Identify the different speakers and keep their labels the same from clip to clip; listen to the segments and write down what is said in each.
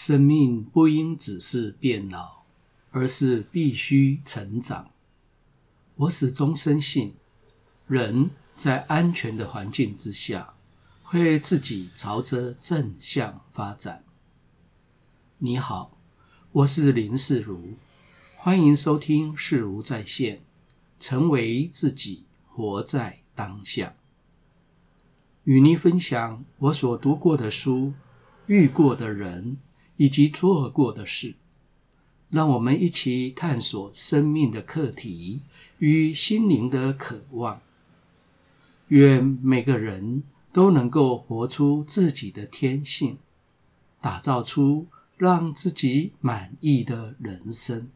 Speaker 1: 生命不应只是变老，而是必须成长。我始终深信，人在安全的环境之下，会自己朝着正向发展。你好，我是林世如，欢迎收听世如在线，成为自己，活在当下。与您分享我所读过的书、遇过的人以及做过的事，让我们一起探索生命的课题与心灵的渴望。愿每个人都能够活出自己的天性，打造出让自己满意的人生。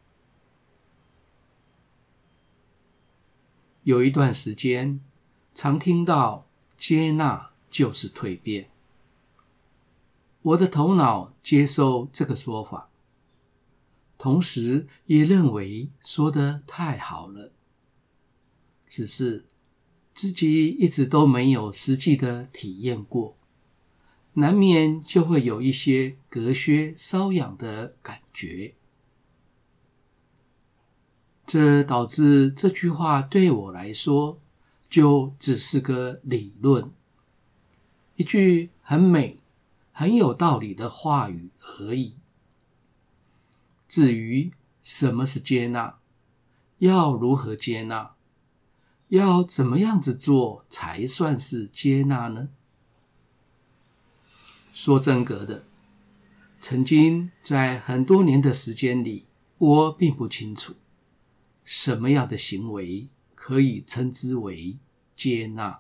Speaker 1: 有一段时间，常听到接纳就是蜕变。我的头脑接受这个说法，同时也认为说得太好了。只是自己一直都没有实际的体验过，难免就会有一些隔靴搔痒的感觉。这导致这句话对我来说，就只是个理论，一句很美、很有道理的话语而已。至于什么是接纳，要如何接纳，要怎么样子做才算是接纳呢？说真格的，曾经在很多年的时间里，我并不清楚什么样的行为可以称之为接纳。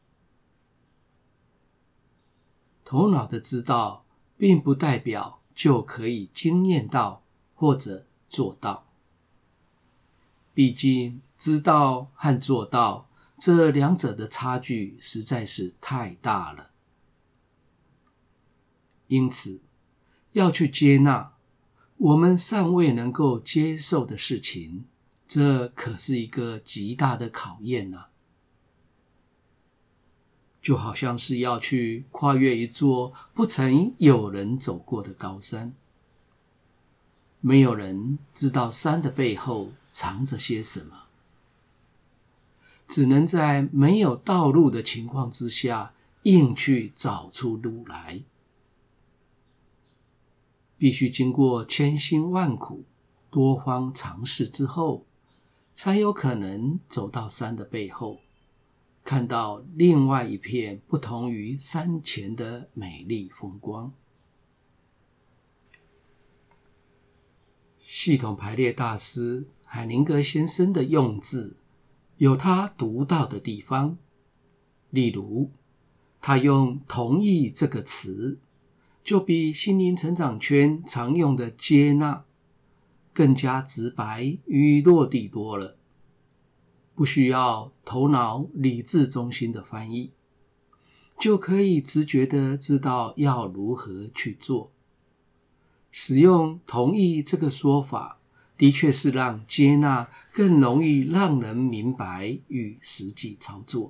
Speaker 1: 头脑的知道并不代表就可以经验到或者做到，毕竟知道和做到这两者的差距实在是太大了。因此，要去接纳我们尚未能够接受的事情，这可是一个极大的考验啊！就好像是要去跨越一座不曾有人走过的高山，没有人知道山的背后藏着些什么，只能在没有道路的情况之下，硬去找出路来。必须经过千辛万苦、多方尝试之后，才有可能走到山的背后，看到另外一片不同于山前的美丽风光。系统排列大师海宁格先生的用字有他独到的地方，例如他用同意这个词，就比心灵成长圈常用的接纳更加直白与落地多了，不需要头脑理智中心的翻译，就可以直觉地知道要如何去做。使用同意这个说法，的确是让接纳更容易让人明白与实际操作。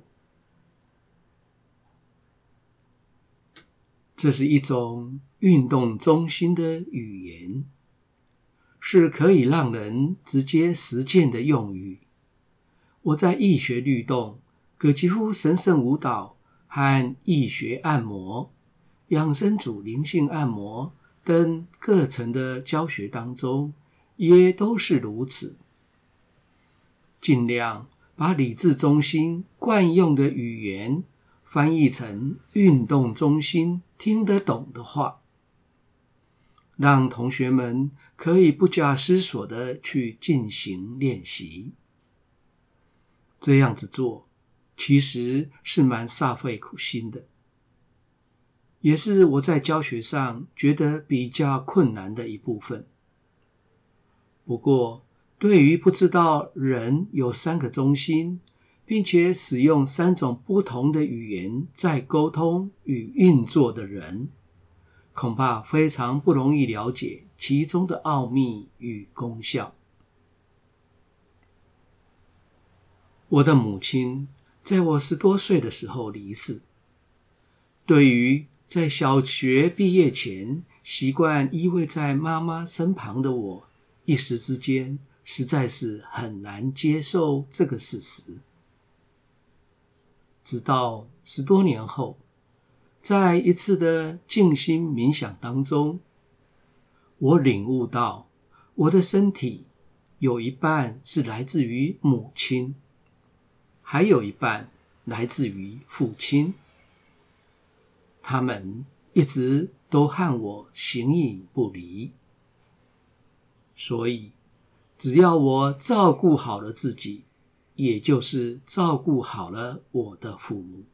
Speaker 1: 这是一种运动中心的语言，是可以让人直接实践的用语。我在易学律动、葛吉夫神圣舞蹈和易学按摩、养生组灵性按摩等课程的教学当中，也都是如此。尽量把理智中心惯用的语言翻译成运动中心听得懂的话，让同学们可以不假思索地去进行练习。这样子做其实是蛮煞费苦心的，也是我在教学上觉得比较困难的一部分。不过，对于不知道人有3个中心，并且使用3种不同的语言在沟通与运作的人，恐怕非常不容易了解其中的奥秘与功效。我的母亲在我10多岁的时候离世，对于在小学毕业前习惯依偎在妈妈身旁的我，一时之间实在是很难接受这个事实。直到10多年后，在一次的静心冥想当中，我领悟到我的身体有一半是来自于母亲，还有一半来自于父亲。他们一直都和我形影不离。所以，只要我照顾好了自己，也就是照顾好了我的父母。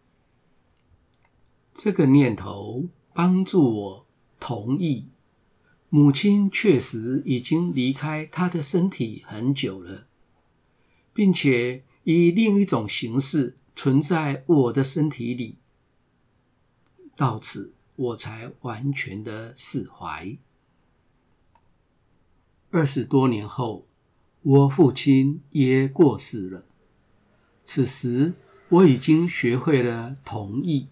Speaker 1: 这个念头帮助我同意，母亲确实已经离开她的身体很久了，并且以另一种形式存在我的身体里。到此，我才完全的释怀。20多年后，我父亲也过世了。此时，我已经学会了同意。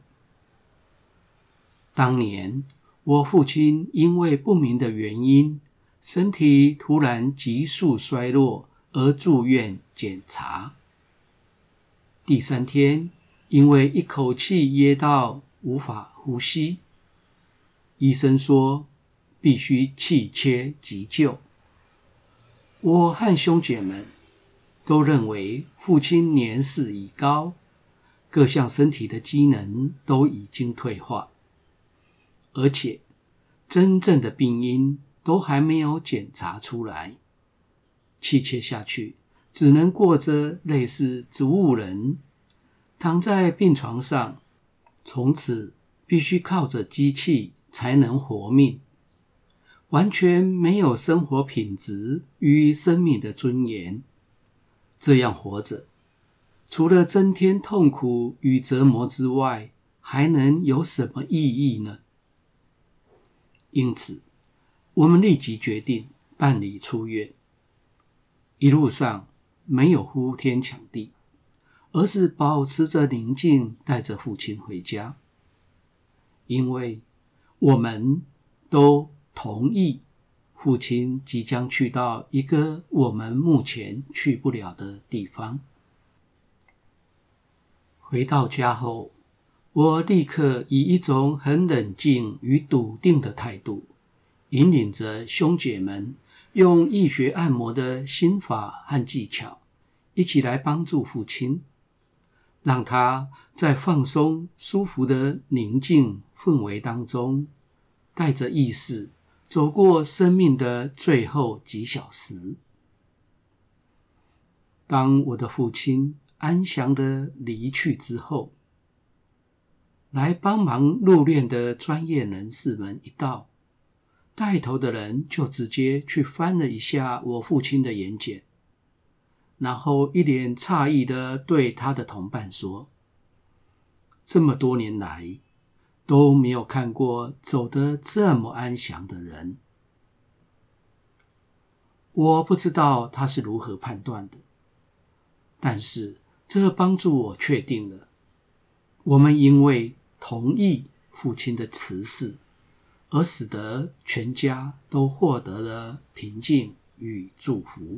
Speaker 1: 当年，我父亲因为不明的原因，身体突然急速衰弱，而住院检查。第3天，因为一口气噎到无法呼吸，医生说必须气切急救。我和兄姐们都认为父亲年事已高，各项身体的机能都已经退化，而且真正的病因都还没有检查出来。气切下去，只能过着类似植物人，躺在病床上，从此必须靠着机器才能活命，完全没有生活品质与生命的尊严。这样活着，除了增添痛苦与折磨之外，还能有什么意义呢？因此，我们立即决定办理出院。一路上没有呼天抢地，而是保持着宁静，带着父亲回家。因为我们都同意父亲即将去到一个我们目前去不了的地方。回到家后，我立刻以一种很冷静与笃定的态度，引领着兄姐们用易学按摩的心法和技巧，一起来帮助父亲，让他在放松舒服的宁静氛围当中，带着意识走过生命的最后几小时。当我的父亲安详地离去之后，来帮忙入殓的专业人士们一到，带头的人就直接去翻了一下我父亲的眼睑，然后一脸诧异地对他的同伴说：这么多年来都没有看过走得这么安详的人。我不知道他是如何判断的，但是这帮助我确定了，我们因为同意父亲的辞世，而使得全家都获得了平静与祝福。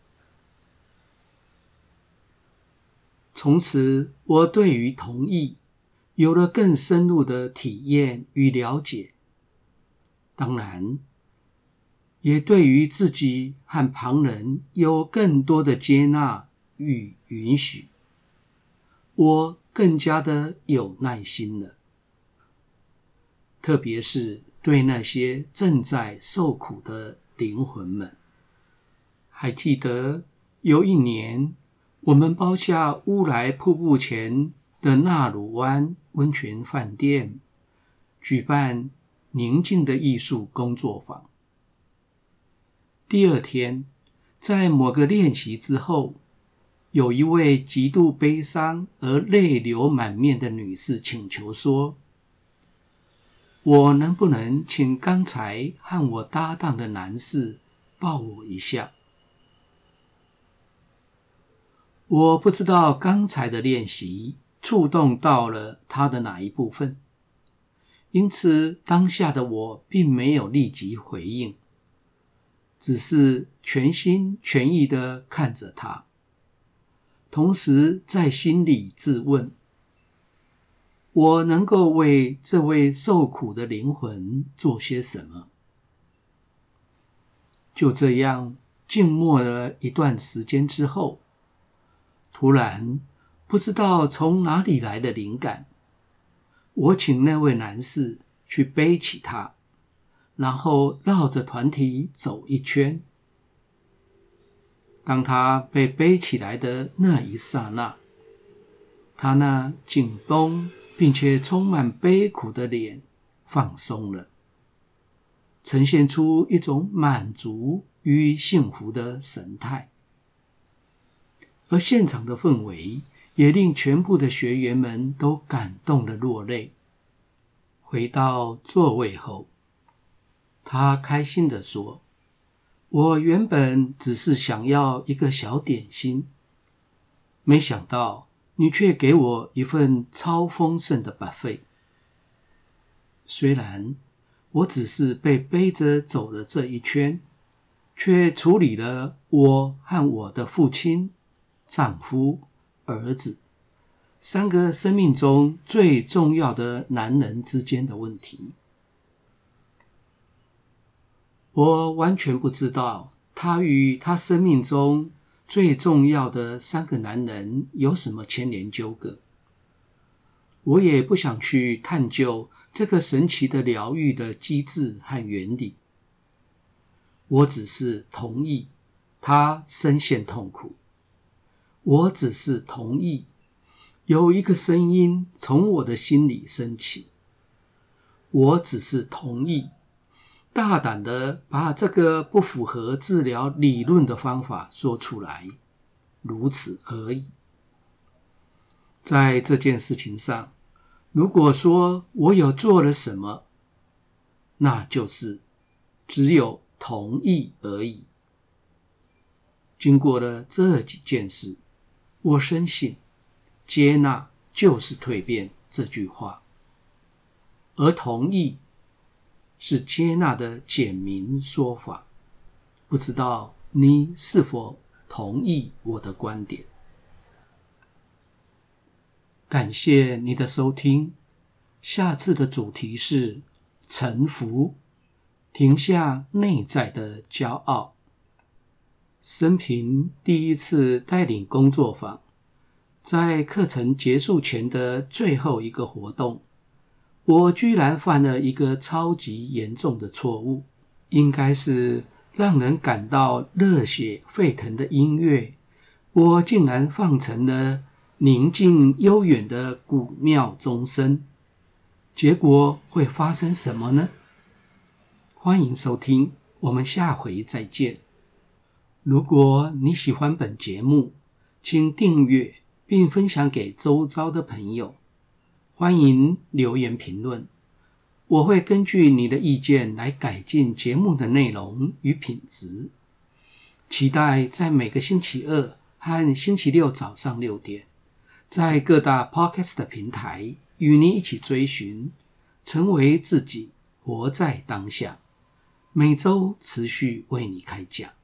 Speaker 1: 从此，我对于同意有了更深入的体验与了解，当然，也对于自己和旁人有更多的接纳与允许。我更加的有耐心了，特别是对那些正在受苦的灵魂们。还记得有一年，我们包下乌来瀑布前的纳鲁湾温泉饭店，举办宁静的艺术工作坊。第2天，在某个练习之后，有一位极度悲伤而泪流满面的女士请求说：我能不能请刚才和我搭档的男士抱我一下？我不知道刚才的练习触动到了他的哪一部分， 因此当下的我并没有立即回应，只是全心全意地看着他，同时在心里自问，我能够为这位受苦的灵魂做些什么？就这样静默了一段时间之后，突然不知道从哪里来的灵感，我请那位男士去背起他，然后绕着团体走一圈。当他被背起来的那一刹那，他那紧绷并且充满悲苦的脸放松了，呈现出一种满足与幸福的神态。而现场的氛围也令全部的学员们都感动地落泪。回到座位后，他开心地说，我原本只是想要一个小点心，没想到你却给我一份超丰盛的 buffet。 虽然我只是被背着走了这一圈，却处理了我和我的父亲、丈夫、儿子3个生命中最重要的男人之间的问题。我完全不知道他与他生命中最重要的3个男人有什么牵连纠葛，我也不想去探究这个神奇的疗愈的机制和原理。我只是同意他深陷痛苦，我只是同意有一个声音从我的心里升起，我只是同意大胆地把这个不符合治疗理论的方法说出来，如此而已。在这件事情上，如果说我有做了什么，那就是只有同意而已。经过了这几件事，我深信接纳就是蜕变这句话，而同意是接纳的简明说法。不知道你是否同意我的观点？感谢你的收听，下次的主题是臣服，停下内在的骄傲。生平第一次带领工作坊，在课程结束前的最后一个活动，我居然犯了一个超级严重的错误，应该是让人感到热血沸腾的音乐，我竟然放成了宁静悠远的古庙钟声。结果会发生什么呢？欢迎收听，我们下回再见。如果你喜欢本节目，请订阅并分享给周遭的朋友。欢迎留言评论，我会根据你的意见来改进节目的内容与品质。期待在每个星期二和星期六早上6点，在各大 Podcast 的平台与你一起追寻，成为自己，活在当下。每周持续为你开讲。